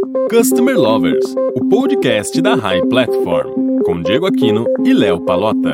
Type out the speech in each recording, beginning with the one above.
Customer Lovers, o podcast da High Platform, com Diego Aquino e Léo Palota.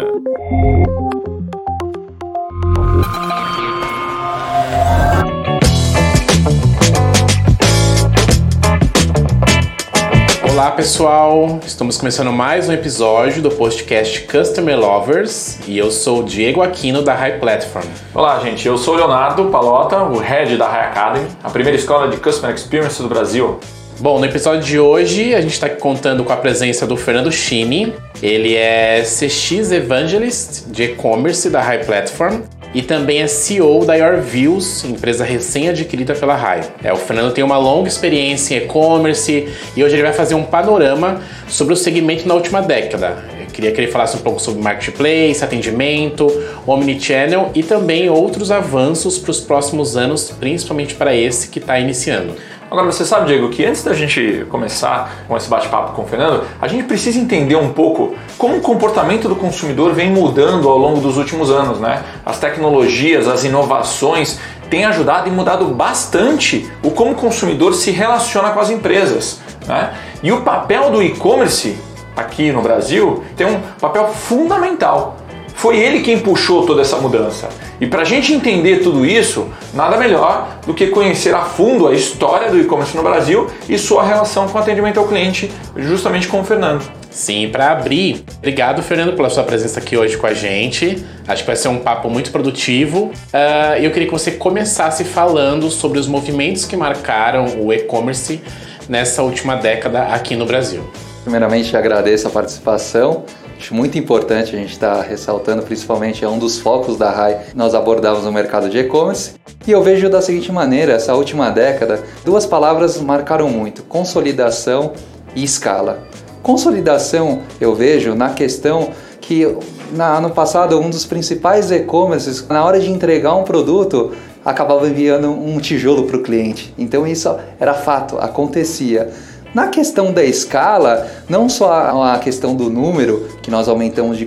Olá pessoal, estamos começando mais um episódio do podcast Customer Lovers e eu sou o Diego Aquino da High Platform. Olá gente, eu sou o Leonardo Palota, o Head da High Academy, a primeira escola de Customer Experience do Brasil. Bom, no episódio de hoje a gente está contando com a presença do Fernando Chini. Ele é CX Evangelist de e-commerce da High Platform e também é CEO da YourViews, empresa recém-adquirida pela High. O Fernando tem uma longa experiência em e-commerce e hoje ele vai fazer um panorama sobre o segmento na última década. Eu queria que ele falasse um pouco sobre marketplace, atendimento, omnichannel e também outros avanços para os próximos anos, principalmente para esse que está iniciando. Agora, você sabe, Diego, que antes da gente começar com esse bate-papo com o Fernando, a gente precisa entender um pouco como o comportamento do consumidor vem mudando ao longo dos últimos anos, né? As tecnologias, as inovações têm ajudado e mudado bastante o como o consumidor se relaciona com as empresas, né? E o papel do e-commerce aqui no Brasil tem um papel fundamental. Foi ele quem puxou toda essa mudança. E para a gente entender tudo isso, nada melhor do que conhecer a fundo a história do e-commerce no Brasil e sua relação com o atendimento ao cliente, justamente com o Fernando. Sim, para abrir, obrigado Fernando pela sua presença aqui hoje com a gente. Acho que vai ser um papo muito produtivo. Eu queria que você começasse falando sobre os movimentos que marcaram o e-commerce nessa última década aqui no Brasil. Primeiramente, agradeço a participação. Acho muito importante a gente estar ressaltando, principalmente é um dos focos da High, nós abordávamos o mercado de e-commerce. E eu vejo da seguinte maneira, essa última década, duas palavras marcaram muito, consolidação e escala. Consolidação eu vejo na questão que no passado um dos principais e-commerces, na hora de entregar um produto, acabava enviando um tijolo para o cliente. Então isso era fato, acontecia. Na questão da escala, não só a questão do número, que nós aumentamos de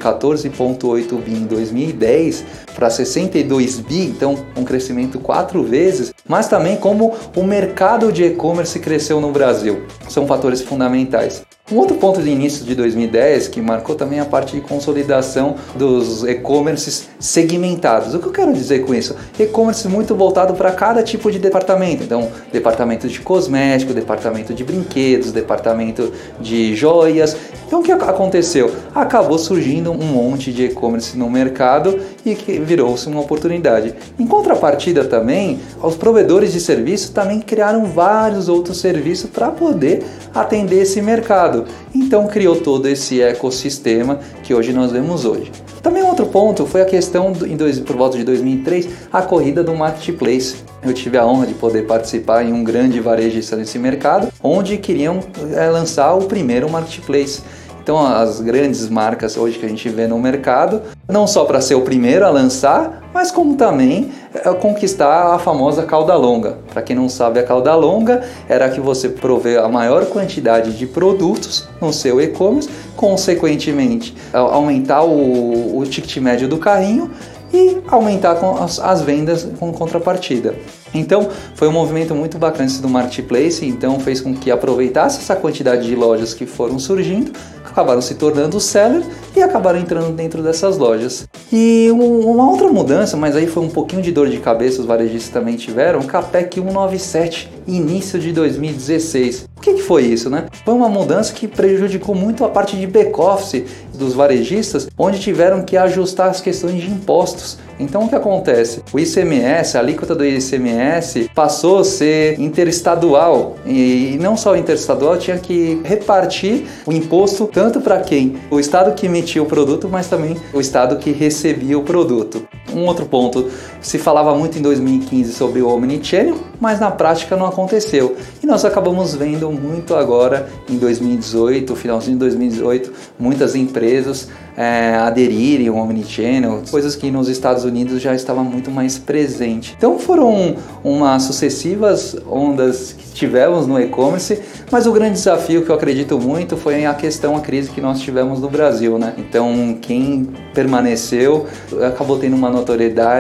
14,8 bi em 2010 para 62 bi, então um crescimento 4 vezes, mas também como o mercado de e-commerce cresceu no Brasil. São fatores fundamentais. Um outro ponto de início de 2010 que marcou também a parte de consolidação dos e-commerces segmentados. O que eu quero dizer com isso? E-commerce muito voltado para cada tipo de departamento. Então, departamento de cosmético, departamento de brinquedos, departamento de joias. Então, o que aconteceu? Acabou surgindo um monte de e-commerce no mercado e que virou-se uma oportunidade. Em contrapartida também, os provedores de serviço também criaram vários outros serviços para poder atender esse mercado. Então criou todo esse ecossistema que hoje nós vemos hoje. Também outro ponto foi a questão, por volta de 2003, a corrida do marketplace. Eu tive a honra de poder participar em um grande varejista nesse mercado, onde queriam lançar o primeiro marketplace. Então as grandes marcas hoje que a gente vê no mercado, não só para ser o primeiro a lançar, mas como também conquistar a famosa cauda longa. Para quem não sabe, a cauda longa era que você provê a maior quantidade de produtos no seu e-commerce, consequentemente aumentar o ticket médio do carrinho e aumentar as vendas com contrapartida. Então foi um movimento muito bacana esse do marketplace, então fez com que aproveitasse essa quantidade de lojas que foram surgindo, acabaram se tornando seller e acabaram entrando dentro dessas lojas. E uma outra mudança, mas aí foi um pouquinho de dor de cabeça, os varejistas também tiveram, o Capec 197, início de 2016. O que foi isso, né? Foi uma mudança que prejudicou muito a parte de back-office dos varejistas, onde tiveram que ajustar as questões de impostos. Então o que acontece? O ICMS, a alíquota do ICMS passou a ser interestadual e não só interestadual, tinha que repartir o imposto tanto para quem? O estado que emitia o produto, mas também o estado que recebia o produto. Um outro ponto, se falava muito em 2015 sobre o omnichannel, mas na prática não aconteceu. E nós acabamos vendo muito agora em 2018, finalzinho de 2018, muitas empresas aderirem ao omnichannel, coisas que nos Estados Unidos já estava muito mais presente. Então foram umas sucessivas ondas que tivemos no e-commerce, mas o grande desafio que eu acredito muito foi a crise que nós tivemos no Brasil, né? Então quem permaneceu acabou tendo uma notoriedade, porque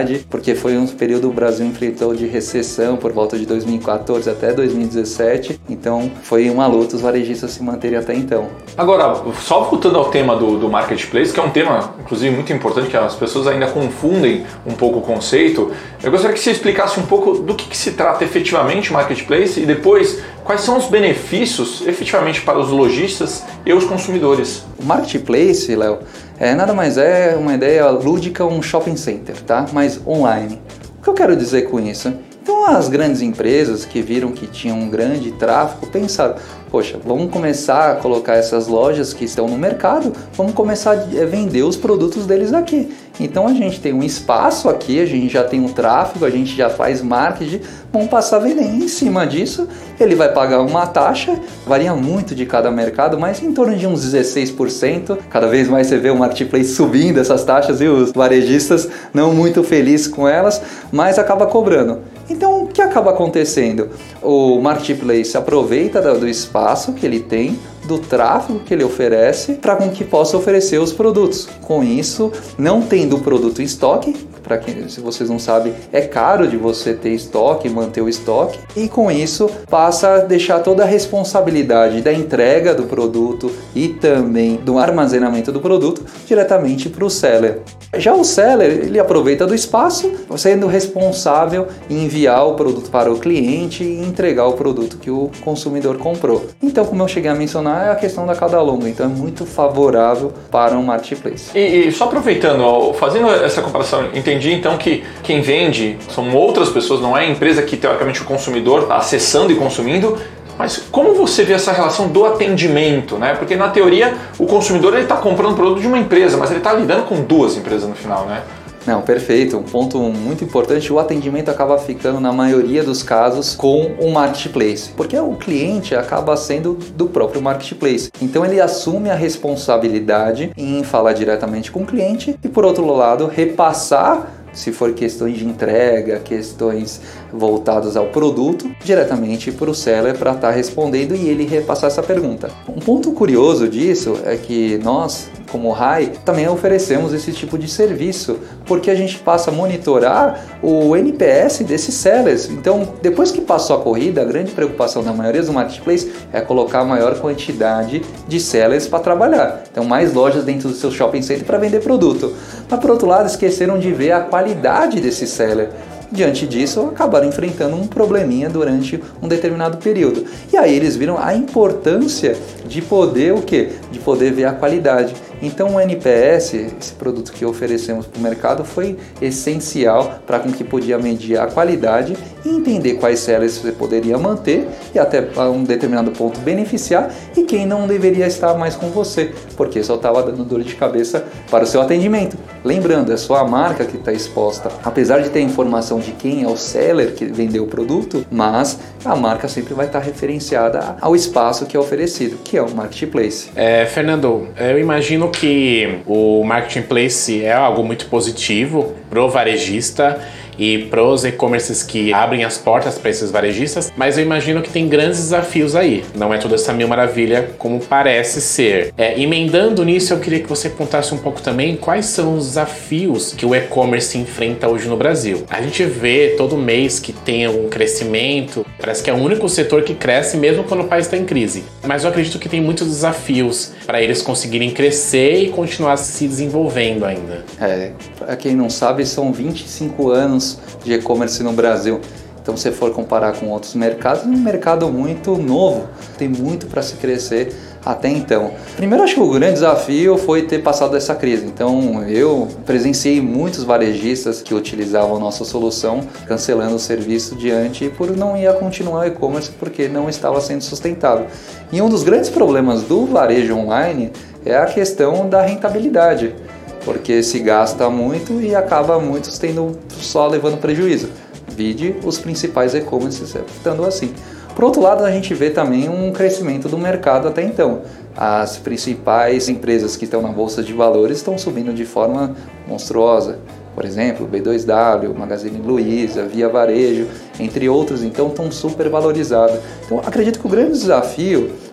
porque foi um período que o Brasil enfrentou de recessão por volta de 2014 até 2017, então foi uma luta os varejistas se manterem até então. Agora, só voltando ao tema do marketplace, que é um tema, inclusive, muito importante, que as pessoas ainda confundem um pouco o conceito, eu gostaria que você explicasse um pouco do que se trata efetivamente o marketplace e depois quais são os benefícios efetivamente para os lojistas e os consumidores. O marketplace, Léo, nada mais é uma ideia lúdica, um shopping center, tá? Mas online. O que eu quero dizer com isso? Então as grandes empresas que viram que tinham um grande tráfego pensaram, poxa, vamos começar a colocar essas lojas que estão no mercado, vamos começar a vender os produtos deles daqui. Então a gente tem um espaço aqui, a gente já tem um tráfego, a gente já faz marketing, vamos passar a vender. Em cima disso, ele vai pagar uma taxa, varia muito de cada mercado, mas em torno de uns 16%. Cada vez mais você vê o marketplace subindo essas taxas e os varejistas não muito felizes com elas, mas acaba cobrando. Então, o que acaba acontecendo? O marketplace aproveita do espaço que ele tem, do tráfego que ele oferece, para que possa oferecer os produtos. Com isso, não tendo o produto em estoque, para quem, se vocês não sabem, é caro de você ter estoque, manter o estoque, e com isso passa a deixar toda a responsabilidade da entrega do produto e também do armazenamento do produto diretamente para o seller. Já o seller, ele aproveita do espaço, sendo responsável em enviar o produto para o cliente e entregar o produto que o consumidor comprou. Então, como eu cheguei a mencionar, é a questão da cauda longa, então é muito favorável para um marketplace. E só aproveitando, fazendo essa comparação, entendi então que quem vende são outras pessoas, não é a empresa que teoricamente o consumidor está acessando e consumindo. Mas como você vê essa relação do atendimento, né? Porque na teoria o consumidor está comprando produto de uma empresa, mas ele está lidando com duas empresas no final, né? Não, perfeito. Um ponto muito importante, o atendimento acaba ficando na maioria dos casos com o marketplace, porque o cliente acaba sendo do próprio marketplace. Então ele assume a responsabilidade em falar diretamente com o cliente e, por outro lado, repassar, se for questões de entrega, questões voltadas ao produto, diretamente para o seller para estar respondendo e ele repassar essa pergunta. Um ponto curioso disso é que nós, como RAI, também oferecemos esse tipo de serviço, porque a gente passa a monitorar o NPS desses sellers. Então, depois que passou a corrida, a grande preocupação da maioria dos marketplaces é colocar a maior quantidade de sellers para trabalhar. Então, mais lojas dentro do seu shopping center para vender produto. Mas, por outro lado, esqueceram de ver a qualidade desse seller. Diante disso, acabaram enfrentando um probleminha durante um determinado período. E aí eles viram a importância de poder o quê? De poder ver a qualidade. Então o NPS, esse produto que oferecemos para o mercado, foi essencial para com que podia medir a qualidade e entender quais sellers você poderia manter e até a um determinado ponto beneficiar e quem não deveria estar mais com você, porque só estava dando dor de cabeça para o seu atendimento. Lembrando, é só a marca que está exposta. Apesar de ter informação de quem é o seller que vendeu o produto, mas a marca sempre vai estar referenciada ao espaço que é oferecido, que é o marketplace. Fernando, eu imagino que o marketplace é algo muito positivo pro varejista e pros e-commerces que abrem as portas para esses varejistas, mas eu imagino que tem grandes desafios aí. Não é toda essa mil maravilha como parece ser. Emendando nisso, eu queria que você contasse um pouco também quais são os desafios que o e-commerce enfrenta hoje no Brasil. A gente vê todo mês que tem um crescimento, parece que é o único setor que cresce mesmo quando o país está em crise. Mas eu acredito que tem muitos desafios para eles conseguirem crescer e continuar se desenvolvendo ainda. Para quem não sabe, são 25 anos de e-commerce no Brasil. Então, se for comparar com outros mercados, é um mercado muito novo, tem muito para se crescer até então. Primeiro, acho que o grande desafio foi ter passado essa crise. Então, eu presenciei muitos varejistas que utilizavam a nossa solução cancelando o serviço diante por não ia continuar o e-commerce porque não estava sendo sustentável. E um dos grandes problemas do varejo online é a questão da rentabilidade, porque se gasta muito e acaba muitos tendo só levando prejuízo. Vide os principais e-commerces estando assim. Por outro lado, a gente vê também um crescimento do mercado até então. As principais empresas que estão na Bolsa de Valores estão subindo de forma monstruosa. Por exemplo, B2W, Magazine Luiza, Via Varejo, entre outros, então estão super valorizadas. Então, acredito que o grande desafio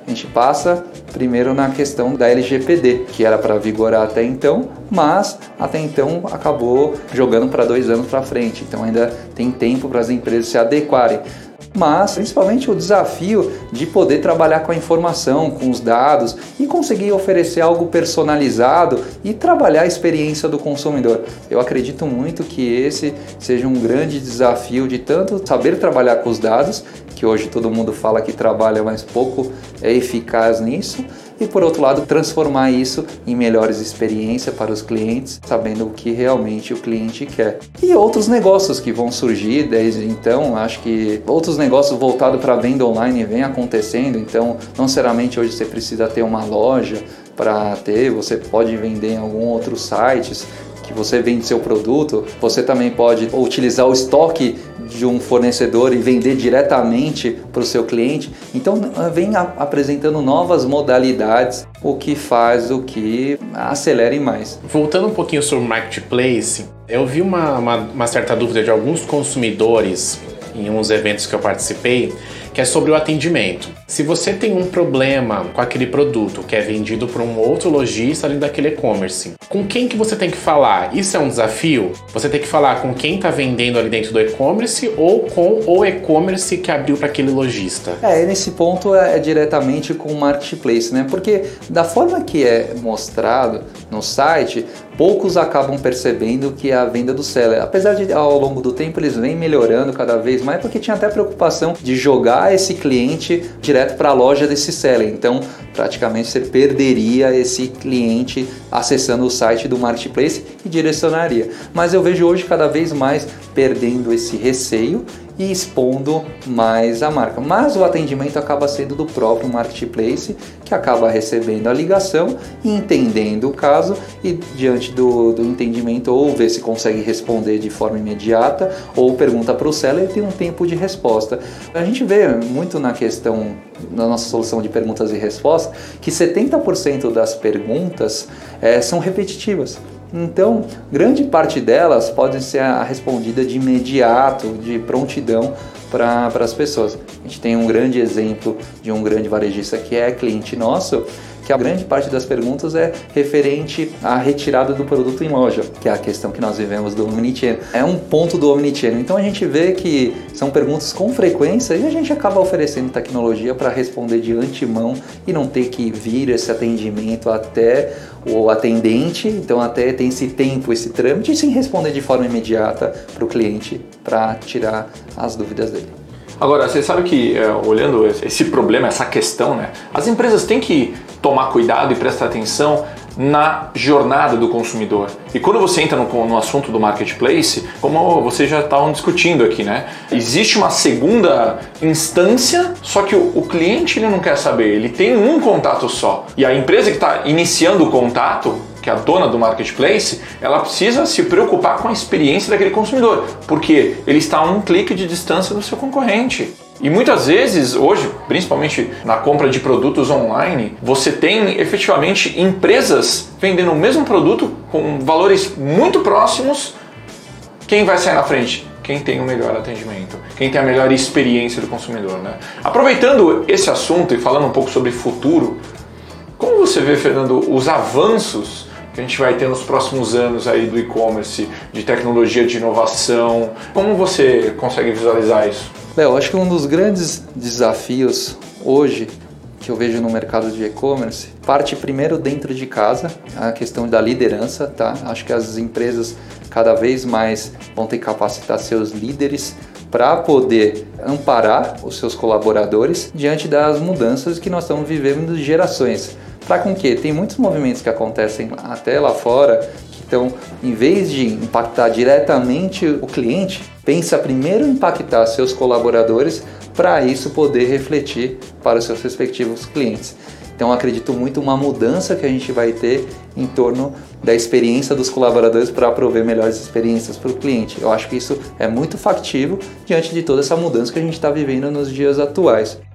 A gente passa primeiro na questão da LGPD, que era para vigorar até então, mas até então acabou jogando para 2 anos para frente. Então ainda tem tempo para as empresas se adequarem. Mas principalmente o desafio de poder trabalhar com a informação, com os dados e conseguir oferecer algo personalizado e trabalhar a experiência do consumidor. Eu acredito muito que esse seja um grande desafio de tanto saber trabalhar com os dados, que hoje todo mundo fala que trabalha, mas pouco é eficaz nisso, e por outro lado transformar isso em melhores experiências para os clientes, sabendo o que realmente o cliente quer. E outros negócios que vão surgir desde então, acho que outros negócios voltados para a venda online vem acontecendo, então não necessariamente hoje você precisa ter uma loja para ter, você pode vender em algum outro site que você vende seu produto, você também pode utilizar o estoque de um fornecedor e vender diretamente para o seu cliente. Então vem apresentando novas modalidades, o que faz o que acelere mais. Voltando um pouquinho sobre o Marketplace, eu vi uma certa dúvida de alguns consumidores em uns eventos que eu participei, que é sobre o atendimento. Se você tem um problema com aquele produto que é vendido por um outro lojista ali daquele e-commerce, com quem que você tem que falar? Isso é um desafio? Você tem que falar com quem está vendendo ali dentro do e-commerce ou com o e-commerce que abriu para aquele lojista? Nesse ponto é diretamente com o Marketplace, né? Porque da forma que é mostrado no site, poucos acabam percebendo que é a venda do seller. Apesar de ao longo do tempo eles vêm melhorando cada vez mais, porque tinha até preocupação de jogar esse cliente direto para a loja desse seller. Então, praticamente você perderia esse cliente acessando o site do Marketplace e direcionaria. Mas eu vejo hoje cada vez mais perdendo esse receio e expondo mais a marca. Mas o atendimento acaba sendo do próprio Marketplace, que acaba recebendo a ligação e entendendo o caso e diante do entendimento ou vê se consegue responder de forma imediata ou pergunta para o seller e tem um tempo de resposta. A gente vê muito na questão da nossa solução de perguntas e respostas que 70% das perguntas são repetitivas. Então, grande parte delas pode ser respondida de imediato, de prontidão para as pessoas. A gente tem um grande exemplo de um grande varejista que é cliente nosso, que a grande parte das perguntas é referente à retirada do produto em loja, que é a questão que nós vivemos do Omnichannel. É um ponto do Omnichannel. Então a gente vê que são perguntas com frequência e a gente acaba oferecendo tecnologia para responder de antemão e não ter que vir esse atendimento até o atendente, então até tem esse tempo, esse trâmite, e sim responder de forma imediata para o cliente para tirar as dúvidas dele. Agora, você sabe que, olhando esse problema, essa questão, né, as empresas têm que tomar cuidado e prestar atenção na jornada do consumidor. E quando você entra no assunto do Marketplace, como vocês já estavam discutindo aqui, né, existe uma segunda instância, só que o cliente ele não quer saber, ele tem um contato só. E a empresa que está iniciando o contato, que é a dona do Marketplace, ela precisa se preocupar com a experiência daquele consumidor, porque ele está a um clique de distância do seu concorrente. E muitas vezes, hoje, principalmente na compra de produtos online, você tem efetivamente empresas vendendo o mesmo produto com valores muito próximos. Quem vai sair na frente? Quem tem o melhor atendimento, quem tem a melhor experiência do consumidor, né? Aproveitando esse assunto e falando um pouco sobre futuro, como você vê, Fernando, os avanços que a gente vai ter nos próximos anos aí do e-commerce, de tecnologia, de inovação? Como você consegue visualizar isso? Léo, acho que um dos grandes desafios hoje que eu vejo no mercado de e-commerce parte primeiro dentro de casa, a questão da liderança, tá? Acho que as empresas cada vez mais vão ter que capacitar seus líderes para poder amparar os seus colaboradores diante das mudanças que nós estamos vivendo de gerações. Para com que tem muitos movimentos que acontecem até lá fora que estão, em vez de impactar diretamente o cliente, pensa primeiro em impactar seus colaboradores para isso poder refletir para os seus respectivos clientes. Então acredito muito uma mudança que a gente vai ter em torno da experiência dos colaboradores para prover melhores experiências para o cliente. Eu acho que isso é muito factível diante de toda essa mudança que a gente está vivendo nos dias atuais.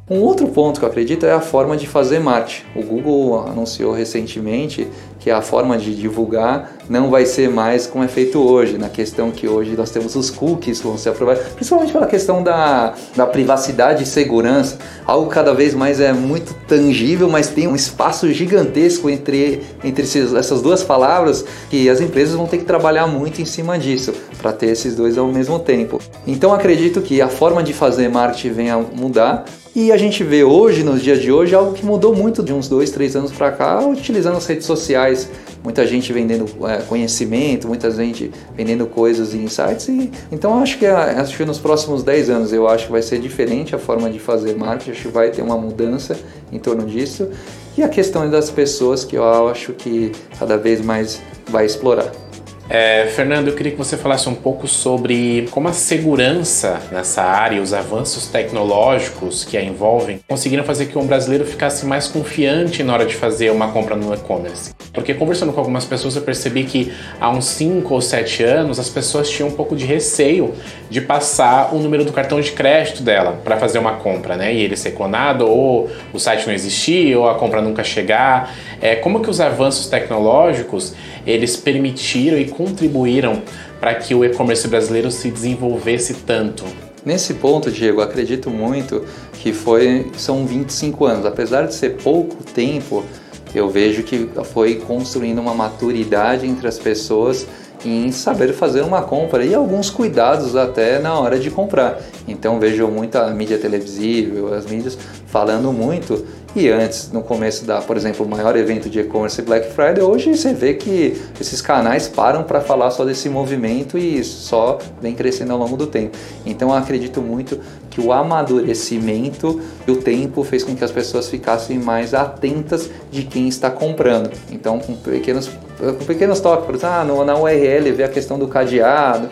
Um outro ponto que eu acredito é a forma de fazer marketing. O Google anunciou recentemente que a forma de divulgar não vai ser mais como é feito hoje, na questão que hoje nós temos os cookies que vão ser aprovados, principalmente pela questão da privacidade e segurança, algo cada vez mais é muito tangível, mas tem um espaço gigantesco entre essas duas palavras, que as empresas vão ter que trabalhar muito em cima disso, para ter esses dois ao mesmo tempo. Então acredito que a forma de fazer marketing venha a mudar, e a gente vê hoje, nos dias de hoje, algo que mudou muito de uns 2, 3 anos para cá, utilizando as redes sociais. Muita gente vendendo conhecimento, muita gente vendendo coisas e insights. Então acho que nos próximos 10 anos eu acho que vai ser diferente a forma de fazer marketing, acho que vai ter uma mudança em torno disso. E a questão das pessoas que eu acho que cada vez mais vai explorar. Fernando, eu queria que você falasse um pouco sobre como a segurança nessa área, os avanços tecnológicos que a envolvem, conseguiram fazer que um brasileiro ficasse mais confiante na hora de fazer uma compra no e-commerce. Porque conversando com algumas pessoas eu percebi que há uns 5 ou 7 anos as pessoas tinham um pouco de receio de passar o número do cartão de crédito dela para fazer uma compra, né? E ele ser clonado, ou o site não existir, ou a compra nunca chegar. Como que os avanços tecnológicos eles permitiram e contribuíram para que o e-commerce brasileiro se desenvolvesse tanto? Nesse ponto, Diego, acredito muito que são 25 anos. Apesar de ser pouco tempo, eu vejo que foi construindo uma maturidade entre as pessoas em saber fazer uma compra e alguns cuidados até na hora de comprar. Então vejo muita mídia televisiva, as mídias falando muito. E antes, no começo por exemplo, o maior evento de e-commerce Black Friday, hoje você vê que esses canais param para falar só desse movimento e só vem crescendo ao longo do tempo. Então eu acredito muito que o amadurecimento e o tempo fez com que as pessoas ficassem mais atentas de quem está comprando. Então com pequenos toques, por exemplo, na URL ver a questão do cadeado,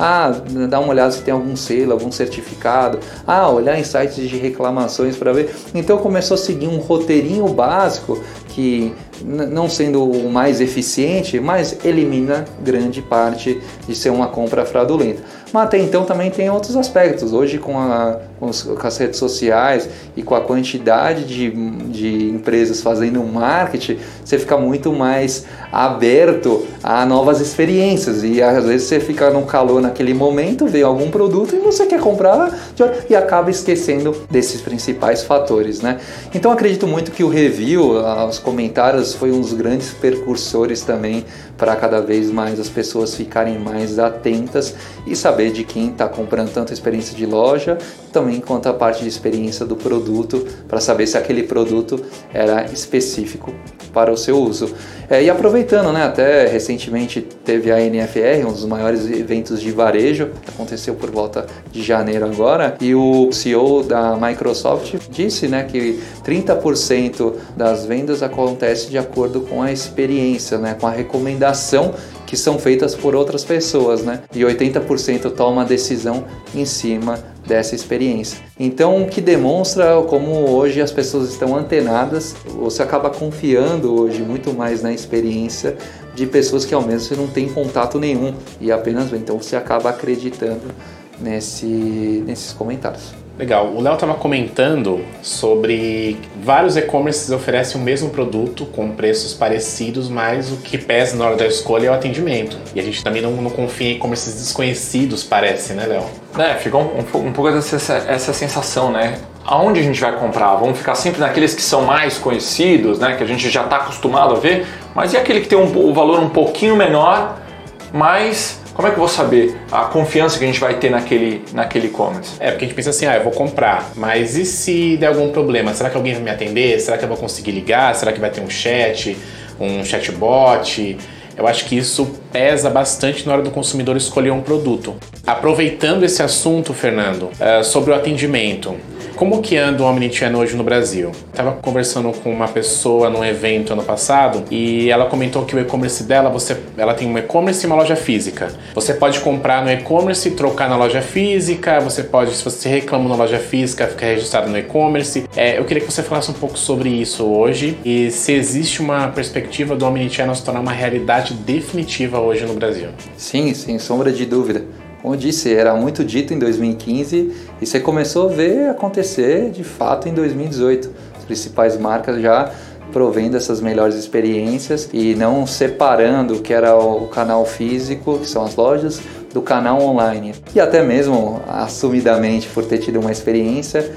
dar uma olhada se tem algum selo, algum certificado, olhar em sites de reclamações para ver. Então começou a seguir um roteirinho básico que, não sendo o mais eficiente, mas elimina grande parte de ser uma compra fraudulenta. Mas até então também tem outros aspectos. Hoje com as redes sociais e com a quantidade de empresas fazendo marketing, você fica muito mais aberto a novas experiências e às vezes você fica no calor naquele momento, vê algum produto e você quer comprar e acaba esquecendo desses principais fatores, né? Então acredito muito que o review, os comentários foi um dos grandes precursores também para cada vez mais as pessoas ficarem mais atentas e saber de quem está comprando tanto a experiência de loja também quanto a parte de experiência do produto, para saber se aquele produto era específico para o seu uso. E aproveitando, né, até recentemente teve a NFR, um dos maiores eventos de varejo, que aconteceu por volta de janeiro agora, e o CEO da Microsoft disse, né, que 30% das vendas acontece de acordo com a experiência, né, com a recomendação que são feitas por outras pessoas, né? E 80% toma a decisão em cima dessa experiência. Então, o que demonstra como hoje as pessoas estão antenadas, você acaba confiando hoje muito mais na experiência de pessoas que ao menos você não tem contato nenhum e apenas vê. Então, você acaba acreditando nesses comentários. Legal, o Léo estava comentando sobre vários e-commerces oferecem o mesmo produto com preços parecidos, mas o que pesa na hora da escolha é o atendimento. E a gente também não confia em e-commerces desconhecidos, parece, né, Léo? Fica um pouco essa sensação, né? Aonde a gente vai comprar? Vamos ficar sempre naqueles que são mais conhecidos, né? Que a gente já está acostumado a ver, mas e aquele que tem o valor um pouquinho menor, mas... Como é que eu vou saber a confiança que a gente vai ter naquele e-commerce? Porque a gente pensa assim, eu vou comprar, mas e se der algum problema? Será que alguém vai me atender? Será que eu vou conseguir ligar? Será que vai ter um chatbot? Eu acho que isso pesa bastante na hora do consumidor escolher um produto. Aproveitando esse assunto, Fernando, sobre o atendimento. Como que anda o Omnichannel hoje no Brasil? Estava conversando com uma pessoa num evento ano passado e ela comentou que o e-commerce dela, ela tem um e-commerce e uma loja física. Você pode comprar no e-commerce e trocar na loja física, você pode, se você reclama na loja física, ficar registrado no e-commerce. Eu queria que você falasse um pouco sobre isso hoje e se existe uma perspectiva do Omnichannel se tornar uma realidade definitiva hoje no Brasil. Sim, sem sombra de dúvida. como eu disse, era muito dito em 2015 e você começou a ver acontecer de fato em 2018. As principais marcas já provendo essas melhores experiências e não separando o que era o canal físico, que são as lojas, do canal online. E até mesmo, assumidamente, por ter tido uma experiência,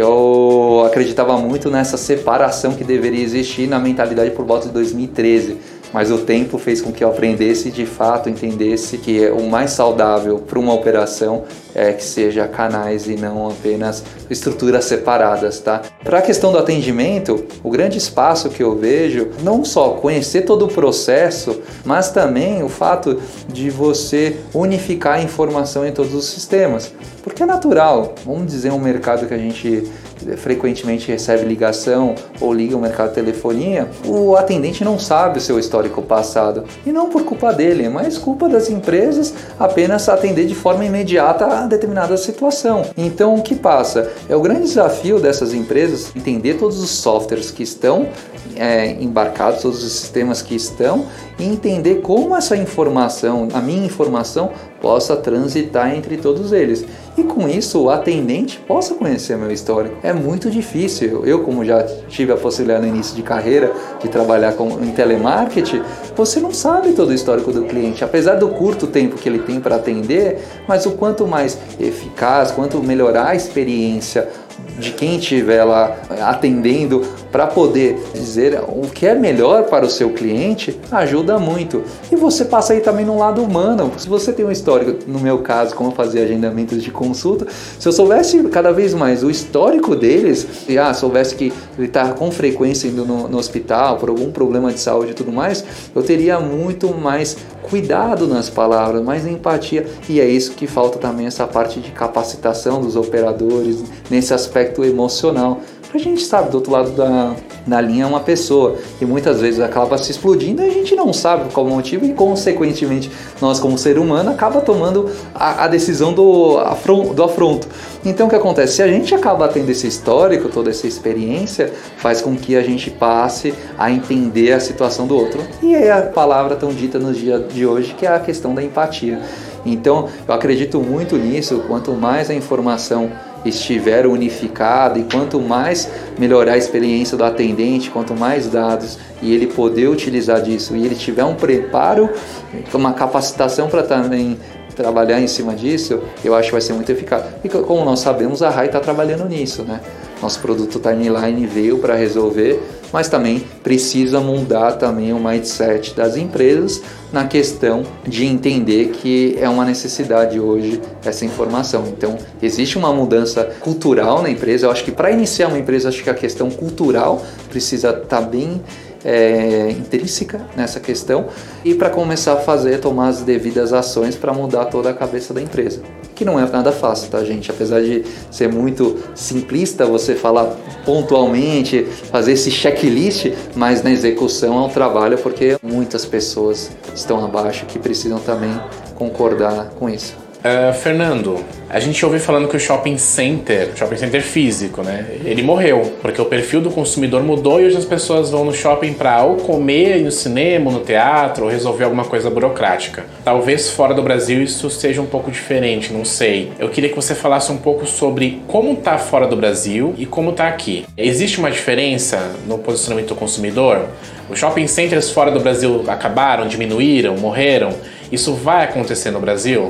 eu acreditava muito nessa separação que deveria existir na mentalidade por volta de 2013. Mas o tempo fez com que eu aprendesse e de fato entendesse que o mais saudável para uma operação é que seja canais e não apenas estruturas separadas, tá? Para a questão do atendimento, o grande espaço que eu vejo, não só conhecer todo o processo, mas também o fato de você unificar a informação em todos os sistemas. Porque é natural, vamos dizer, um mercado que a gente frequentemente recebe ligação ou liga o mercado de telefonia, o atendente não sabe o seu histórico passado. E não por culpa dele, mas culpa das empresas apenas atender de forma imediata a determinada situação. Então o que passa? É o grande desafio dessas empresas entender todos os softwares que estão embarcados, todos os sistemas que estão, e entender como essa informação, a minha informação, possa transitar entre todos eles. E com isso o atendente possa conhecer meu histórico. É muito difícil. Eu, como já tive a possibilidade no início de carreira de trabalhar em telemarketing, você não sabe todo o histórico do cliente. Apesar do curto tempo que ele tem para atender, mas o quanto mais eficaz, quanto melhorar a experiência de quem estiver lá atendendo para poder dizer o que é melhor para o seu cliente, ajuda muito. E você passa aí também no lado humano. Se você tem um histórico, no meu caso, como eu fazia agendamentos de consulta, se eu soubesse cada vez mais o histórico deles, e soubesse que ele está com frequência indo no hospital por algum problema de saúde e tudo mais, eu teria muito mais cuidado nas palavras, mais empatia. E é isso que falta também, essa parte de capacitação dos operadores nesse aspecto emocional. A gente sabe, do outro lado da linha é uma pessoa e muitas vezes acaba se explodindo e a gente não sabe qual o motivo e consequentemente nós como ser humano acaba tomando a decisão do afronto. Então o que acontece? Se a gente acaba tendo esse histórico, toda essa experiência, faz com que a gente passe a entender a situação do outro. E é a palavra tão dita nos dias de hoje, que é a questão da empatia. Então eu acredito muito nisso. Quanto mais a informação estiver unificado e quanto mais melhorar a experiência do atendente, quanto mais dados e ele poder utilizar disso e ele tiver um preparo, uma capacitação para também trabalhar em cima disso, eu acho que vai ser muito eficaz. E como nós sabemos, a RAI está trabalhando nisso, né? Nosso produto Timeline veio para resolver, mas também precisa mudar também o mindset das empresas na questão de entender que é uma necessidade hoje essa informação. Então, existe uma mudança cultural na empresa. Eu acho que para iniciar uma empresa, acho que a questão cultural precisa estar bem intrínseca nessa questão e para começar a tomar as devidas ações para mudar toda a cabeça da empresa. Que não é nada fácil, tá, gente? Apesar de ser muito simplista você falar pontualmente, fazer esse checklist, mas na execução é um trabalho porque muitas pessoas estão abaixo que precisam também concordar com isso. Fernando, a gente ouve falando que o shopping center físico, né, ele morreu, porque o perfil do consumidor mudou e hoje as pessoas vão no shopping para ou comer no cinema, no teatro, ou resolver alguma coisa burocrática. Talvez fora do Brasil isso seja um pouco diferente, não sei. Eu queria que você falasse um pouco sobre como tá fora do Brasil e como tá aqui. Existe uma diferença no posicionamento do consumidor? Os shopping centers fora do Brasil acabaram, diminuíram, morreram? Isso vai acontecer no Brasil?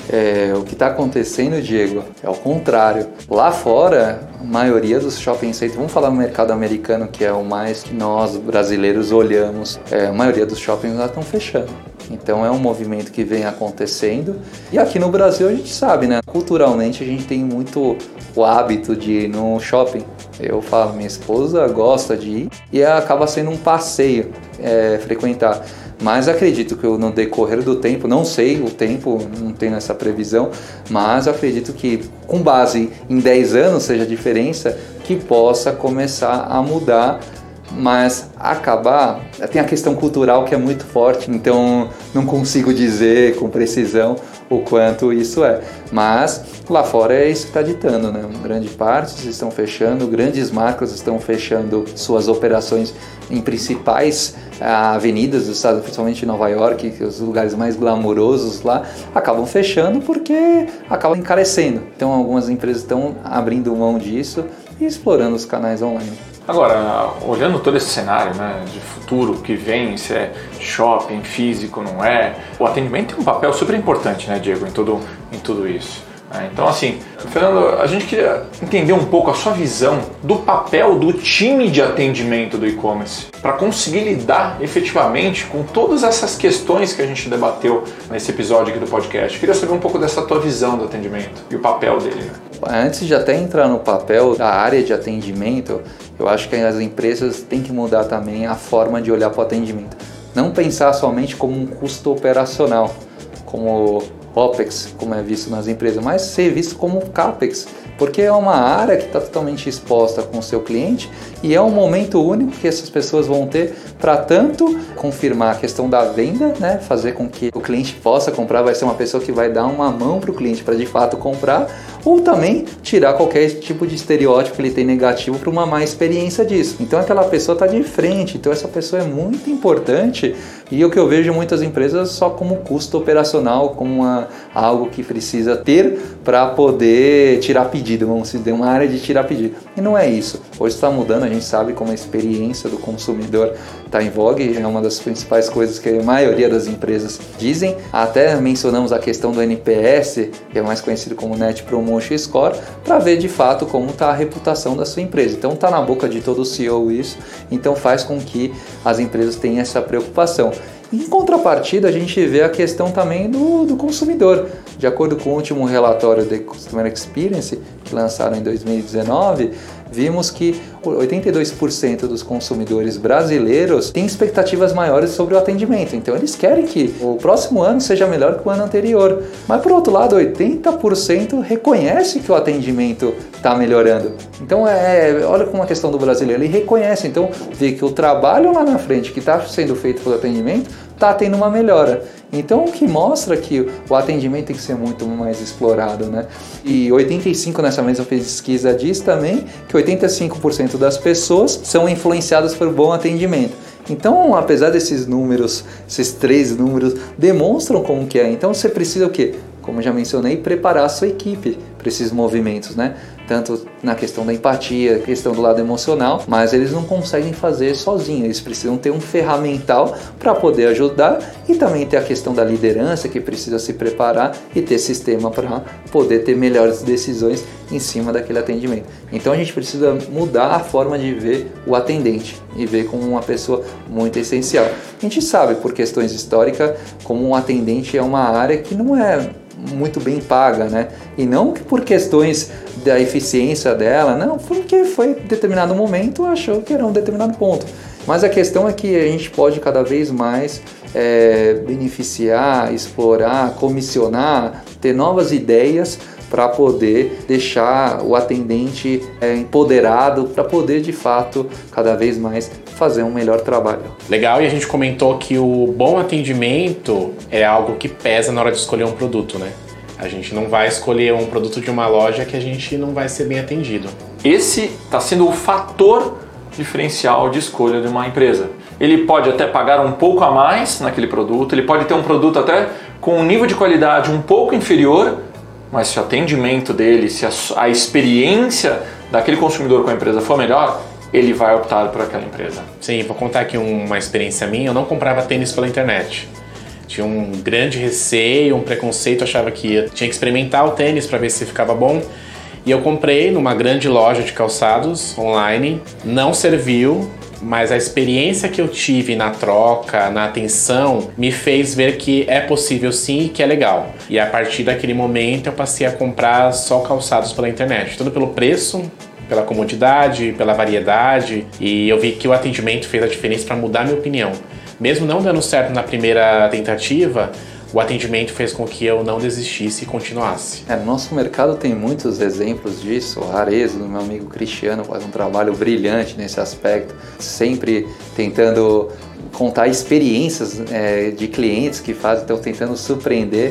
O que está acontecendo, Diego, é o contrário. Lá fora, a maioria dos shopping centers, vamos falar no mercado americano, que é o mais que nós brasileiros olhamos, a maioria dos shoppings lá estão fechando. Então é um movimento que vem acontecendo. E aqui no Brasil a gente sabe, né? Culturalmente a gente tem muito o hábito de ir no shopping. Eu falo, minha esposa gosta de ir e acaba sendo um passeio frequentar. Mas acredito que no decorrer do tempo, não sei o tempo, não tenho essa previsão, mas acredito que com base em 10 anos seja a diferença, que possa começar a mudar, mas acabar, tem a questão cultural que é muito forte, então não consigo dizer com precisão o quanto isso é. Mas lá fora é isso que está ditando, né? Grande parte estão fechando, grandes marcas estão fechando suas operações em principais avenidas dos Estados Unidos, principalmente em Nova York, que os lugares mais glamourosos lá, acabam fechando porque acabam encarecendo. Então algumas empresas estão abrindo mão disso e explorando os canais online. Agora, olhando todo esse cenário, né, de futuro que vem, se é shopping, físico, não é, o atendimento tem um papel super importante, né, Diego, em tudo isso. Então, assim, Fernando, a gente queria entender um pouco a sua visão do papel do time de atendimento do e-commerce para conseguir lidar efetivamente com todas essas questões que a gente debateu nesse episódio aqui do podcast. Eu queria saber um pouco dessa tua visão do atendimento e o papel dele, né? Antes de até entrar no papel da área de atendimento, eu acho que as empresas têm que mudar também a forma de olhar para o atendimento. Não pensar somente como um custo operacional, como OPEX, como é visto nas empresas, mas ser visto como CAPEX, porque é uma área que está totalmente exposta com o seu cliente e é um momento único que essas pessoas vão ter para tanto confirmar a questão da venda, né, fazer com que o cliente possa comprar, vai ser uma pessoa que vai dar uma mão para o cliente para de fato comprar, ou também tirar qualquer tipo de estereótipo que ele tem negativo para uma má experiência disso. Então aquela pessoa está de frente, então essa pessoa é muito importante e o que eu vejo em muitas empresas só como custo operacional, como algo que precisa ter para poder tirar pedido, vamos dizer, uma área de tirar pedido. E não é isso. Hoje está mudando, a gente sabe como a experiência do consumidor está em vogue, é uma das principais coisas que a maioria das empresas dizem. Até mencionamos a questão do NPS, que é mais conhecido como Net Promotion Score, para ver de fato como está a reputação da sua empresa. Então está na boca de todo o CEO isso, então faz com que as empresas tenham essa preocupação. Em contrapartida, a gente vê a questão também do consumidor. De acordo com o último relatório da Customer Experience, que lançaram em 2019, vimos que 82% dos consumidores brasileiros têm expectativas maiores sobre o atendimento. Então, eles querem que o próximo ano seja melhor que o ano anterior. Mas, por outro lado, 80% reconhece que o atendimento está melhorando. Então, olha como a questão do brasileiro, ele reconhece. Então, vê que o trabalho lá na frente que está sendo feito pelo atendimento está tendo uma melhora. Então, o que mostra que o atendimento tem que ser muito mais explorado, né? E 85% nessa mesma pesquisa diz também que 85% das pessoas são influenciadas por bom atendimento. Então, apesar desses números, esses 3 números, demonstram como que é. Então, você precisa o quê? Como já mencionei, preparar a sua equipe para esses movimentos, né? Tanto na questão da empatia, questão do lado emocional, mas eles não conseguem fazer sozinhos, eles precisam ter um ferramental para poder ajudar e também ter a questão da liderança que precisa se preparar e ter sistema para poder ter melhores decisões em cima daquele atendimento. Então a gente precisa mudar a forma de ver o atendente e ver como uma pessoa muito essencial. A gente sabe por questões históricas como um atendente é uma área que não é muito bem paga, né? E não por questões da eficiência dela, não, porque foi em determinado momento achou que era um determinado ponto. Mas a questão é que a gente pode cada vez mais beneficiar, explorar, comissionar, ter novas ideias para poder deixar o atendente empoderado, para poder de fato cada vez mais fazer um melhor trabalho. Legal, e a gente comentou que o bom atendimento é algo que pesa na hora de escolher um produto, né? A gente não vai escolher um produto de uma loja que a gente não vai ser bem atendido. Esse está sendo o fator diferencial de escolha de uma empresa. Ele pode até pagar um pouco a mais naquele produto, ele pode ter um produto até com um nível de qualidade um pouco inferior, mas se o atendimento dele, se a experiência daquele consumidor com a empresa for melhor, ele vai optar por aquela empresa. Sim, vou contar aqui uma experiência minha. Eu não comprava tênis pela internet. Tinha um grande receio, um preconceito, achava que tinha que experimentar o tênis para ver se ficava bom. E eu comprei numa grande loja de calçados online, não serviu, mas a experiência que eu tive na troca, na atenção, me fez ver que é possível sim e que é legal. E a partir daquele momento eu passei a comprar só calçados pela internet, tudo pelo preço, pela comodidade, pela variedade, e eu vi que o atendimento fez a diferença para mudar minha opinião. Mesmo não dando certo na primeira tentativa, o atendimento fez com que eu não desistisse e continuasse. No nosso mercado tem muitos exemplos disso. O Arezzo, meu amigo Cristiano, faz um trabalho brilhante nesse aspecto, sempre tentando contar experiências de clientes que fazem, estão tentando surpreender.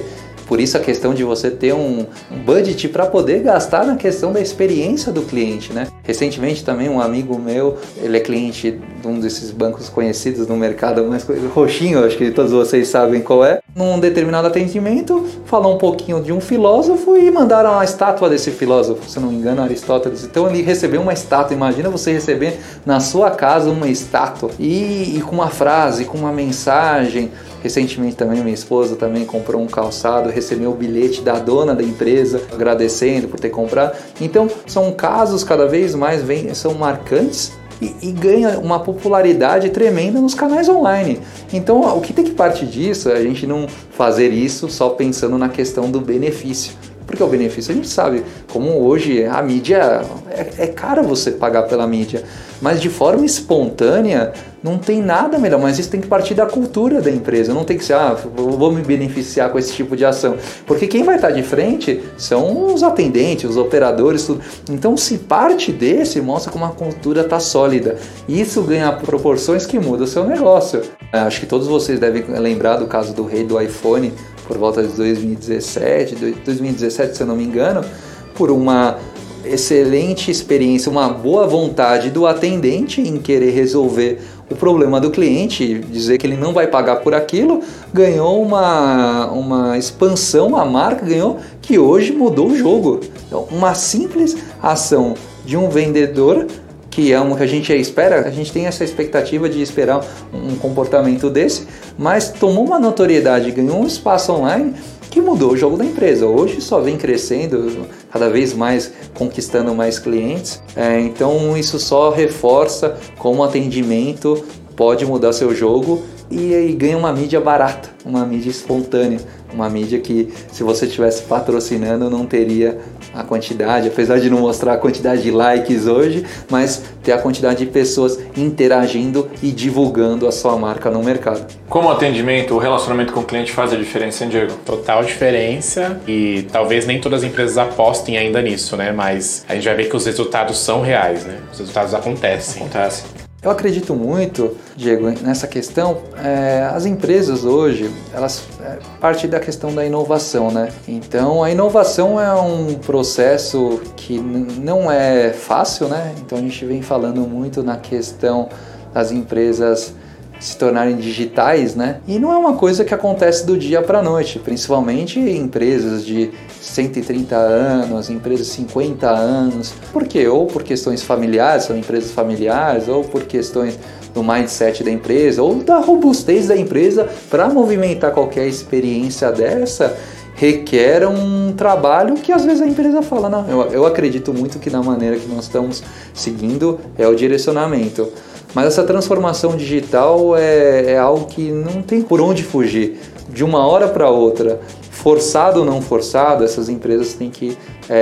Por isso a questão de você ter um budget para poder gastar na questão da experiência do cliente, né? Recentemente também um amigo meu, ele é cliente de um desses bancos conhecidos no mercado, mais roxinho, acho que todos vocês sabem qual é. Num determinado atendimento, falou um pouquinho de um filósofo e mandaram uma estátua desse filósofo, se não me engano, Aristóteles. Então ele recebeu uma estátua. Imagina você receber na sua casa uma estátua e com uma frase, com uma mensagem. Recentemente também minha esposa também comprou um calçado, recebeu o bilhete da dona da empresa agradecendo por ter comprado. Então são casos cada vez mais são marcantes e ganha uma popularidade tremenda nos canais online. Então o que tem que partir disso é a gente não fazer isso só pensando na questão do benefício. Porque o benefício a gente sabe, como hoje a mídia, é caro você pagar pela mídia, mas de forma espontânea não tem nada melhor, mas isso tem que partir da cultura da empresa, não tem que ser, vou me beneficiar com esse tipo de ação, porque quem vai estar de frente são os atendentes, os operadores, tudo. Então se parte desse, mostra como a cultura está sólida, e isso ganha proporções que mudam o seu negócio. Acho que todos vocês devem lembrar do caso do rei do iPhone, por volta de 2017, se eu não me engano, por uma excelente experiência, uma boa vontade do atendente em querer resolver o problema do cliente, dizer que ele não vai pagar por aquilo, ganhou uma expansão, a marca ganhou, que hoje mudou o jogo. Então, uma simples ação de um vendedor, que é uma que a gente espera, a gente tem essa expectativa de esperar um comportamento desse, mas tomou uma notoriedade, ganhou um espaço online que mudou o jogo da empresa. Hoje só vem crescendo, cada vez mais conquistando mais clientes, então isso só reforça como o atendimento pode mudar seu jogo e ganha uma mídia barata, uma mídia espontânea, uma mídia que se você estivesse patrocinando não teria a quantidade, apesar de não mostrar a quantidade de likes hoje, mas ter a quantidade de pessoas interagindo e divulgando a sua marca no mercado. Como atendimento, o relacionamento com o cliente faz a diferença, hein, Diego? Total diferença, e talvez nem todas as empresas apostem ainda nisso, né? Mas a gente vai ver que os resultados são reais, né? Os resultados acontecem. Eu acredito muito, Diego, nessa questão. As empresas hoje, elas partem da questão da inovação, né? Então, a inovação é um processo que não é fácil, né? Então, a gente vem falando muito na questão das empresas se tornarem digitais, né? E não é uma coisa que acontece do dia para a noite, principalmente empresas de 130 anos, empresas de 50 anos. Por quê? Ou por questões familiares, são empresas familiares, ou por questões do mindset da empresa, ou da robustez da empresa para movimentar qualquer experiência dessa. Requer um trabalho que às vezes a empresa fala, não, eu acredito muito que na maneira que nós estamos seguindo é o direcionamento. Mas essa transformação digital é algo que não tem por onde fugir. De uma hora para outra, forçado ou não forçado, essas empresas têm que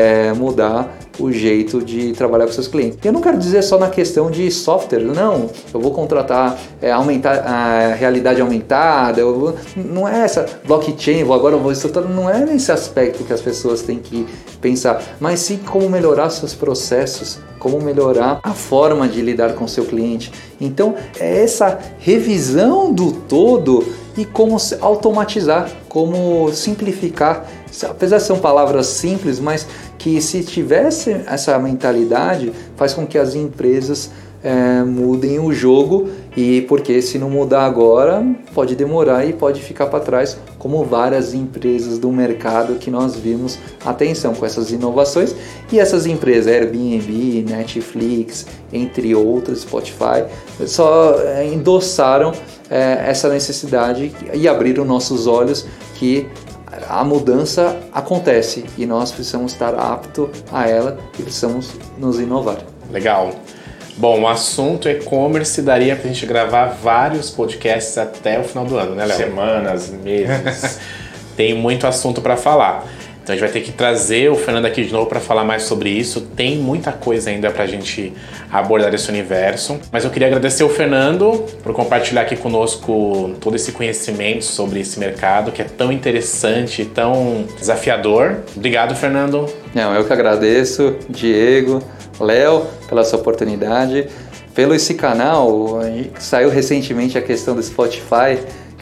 mudar o jeito de trabalhar com seus clientes. Eu não quero dizer só na questão de software, não, eu vou contratar, aumentar a realidade aumentada, não é essa blockchain, não é nesse aspecto que as pessoas têm que pensar, mas sim como melhorar seus processos, como melhorar a forma de lidar com o seu cliente. Então, é essa revisão do todo e como automatizar, como simplificar. Apesar de ser palavras simples, mas que se tivesse essa mentalidade, faz com que as empresas mudem o jogo, e porque se não mudar agora, pode demorar e pode ficar para trás, como várias empresas do mercado que nós vimos atenção com essas inovações, e essas empresas, Airbnb, Netflix, entre outras, Spotify, só endossaram essa necessidade e abriram nossos olhos que a mudança acontece e nós precisamos estar aptos a ela e precisamos nos inovar. Legal. Bom, o assunto e-commerce daria pra gente gravar vários podcasts até o final do ano, né, Léo? Semanas, meses. Tem muito assunto para falar. Então a gente vai ter que trazer o Fernando aqui de novo para falar mais sobre isso. Tem muita coisa ainda pra gente abordar esse universo. Mas eu queria agradecer o Fernando por compartilhar aqui conosco todo esse conhecimento sobre esse mercado que é tão interessante e tão desafiador. Obrigado, Fernando. Não, eu que agradeço, Diego, Léo, pela sua oportunidade. Pelo esse canal, saiu recentemente a questão do Spotify,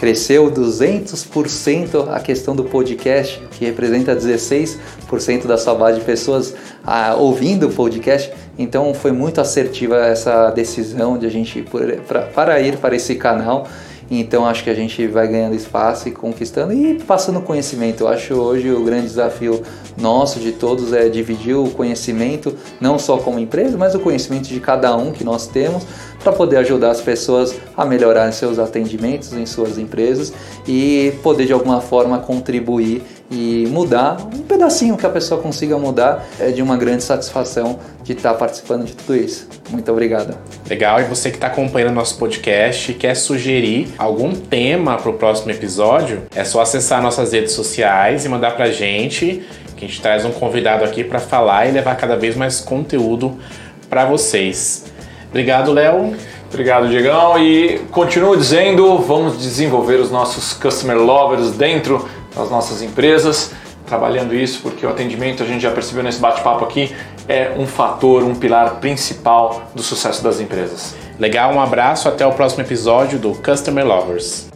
cresceu 200% a questão do podcast, que representa 16% da sua base de pessoas ouvindo o podcast. Então foi muito assertiva essa decisão de a gente ir para esse canal. Então acho que a gente vai ganhando espaço e conquistando e passando conhecimento. Eu acho hoje o grande desafio nosso, de todos, é dividir o conhecimento, não só como empresa, mas o conhecimento de cada um que nós temos, para poder ajudar as pessoas a melhorar seus atendimentos em suas empresas e poder de alguma forma contribuir e mudar um pedacinho que a pessoa consiga mudar. É de uma grande satisfação de estar participando de tudo isso. Muito obrigado. Legal, e você que está acompanhando nosso podcast e quer sugerir algum tema para o próximo episódio, é só acessar nossas redes sociais e mandar para a gente, que a gente traz um convidado aqui para falar e levar cada vez mais conteúdo para vocês. Obrigado, Léo. Obrigado, Diegão. E continuo dizendo, vamos desenvolver os nossos Customer Lovers dentro das nossas empresas, trabalhando isso, porque o atendimento, a gente já percebeu nesse bate-papo aqui, é um fator, um pilar principal do sucesso das empresas. Legal, um abraço, até o próximo episódio do Customer Lovers.